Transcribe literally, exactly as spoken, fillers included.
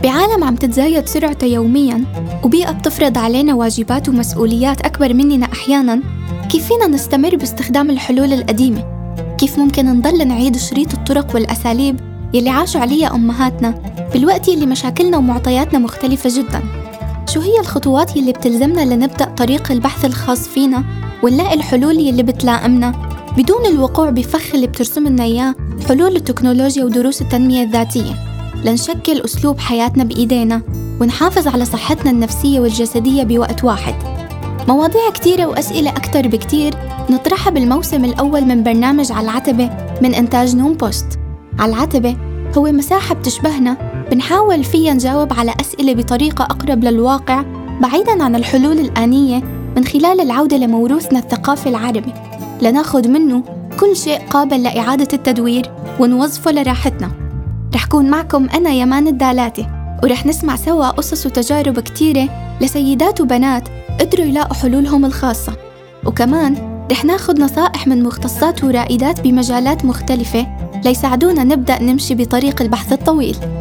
بعالم عم تتزايد سرعته يومياً وبيئة بتفرض علينا واجبات ومسؤوليات أكبر مننا أحياناً، كيف فينا نستمر باستخدام الحلول القديمة؟ كيف ممكن نضل نعيد شريط الطرق والأساليب يلي عاشوا عليها أمهاتنا بالوقت يلي مشاكلنا ومعطياتنا مختلفة جداً؟ شو هي الخطوات يلي بتلزمنا لنبدأ طريق البحث الخاص فينا ونلاقي الحلول يلي بتلائمنا بدون الوقوع بفخ اللي بترسم لنا إياه حلول التكنولوجيا ودروس التنمية الذاتية، لنشكل أسلوب حياتنا بإيدينا ونحافظ على صحتنا النفسية والجسدية بوقت واحد؟ مواضيع كتيرة وأسئلة أكتر بكتير نطرحها بالموسم الأول من برنامج على العتبة من إنتاج نون بوست. على العتبة هو مساحة بتشبهنا بنحاول فيها نجاوب على أسئلة بطريقة أقرب للواقع بعيداً عن الحلول الآنية، من خلال العودة لموروثنا الثقافي العربي لناخد منه كل شيء قابل لإعادة التدوير ونوظفه لراحتنا. رح كون معكم أنا يمان الدالاتي، ورح نسمع سوا قصص وتجارب كتيرة لسيدات وبنات قدروا يلاقوا حلولهم الخاصة، وكمان رح ناخد نصائح من مختصات ورائدات بمجالات مختلفة ليساعدونا نبدأ نمشي بطريق البحث الطويل.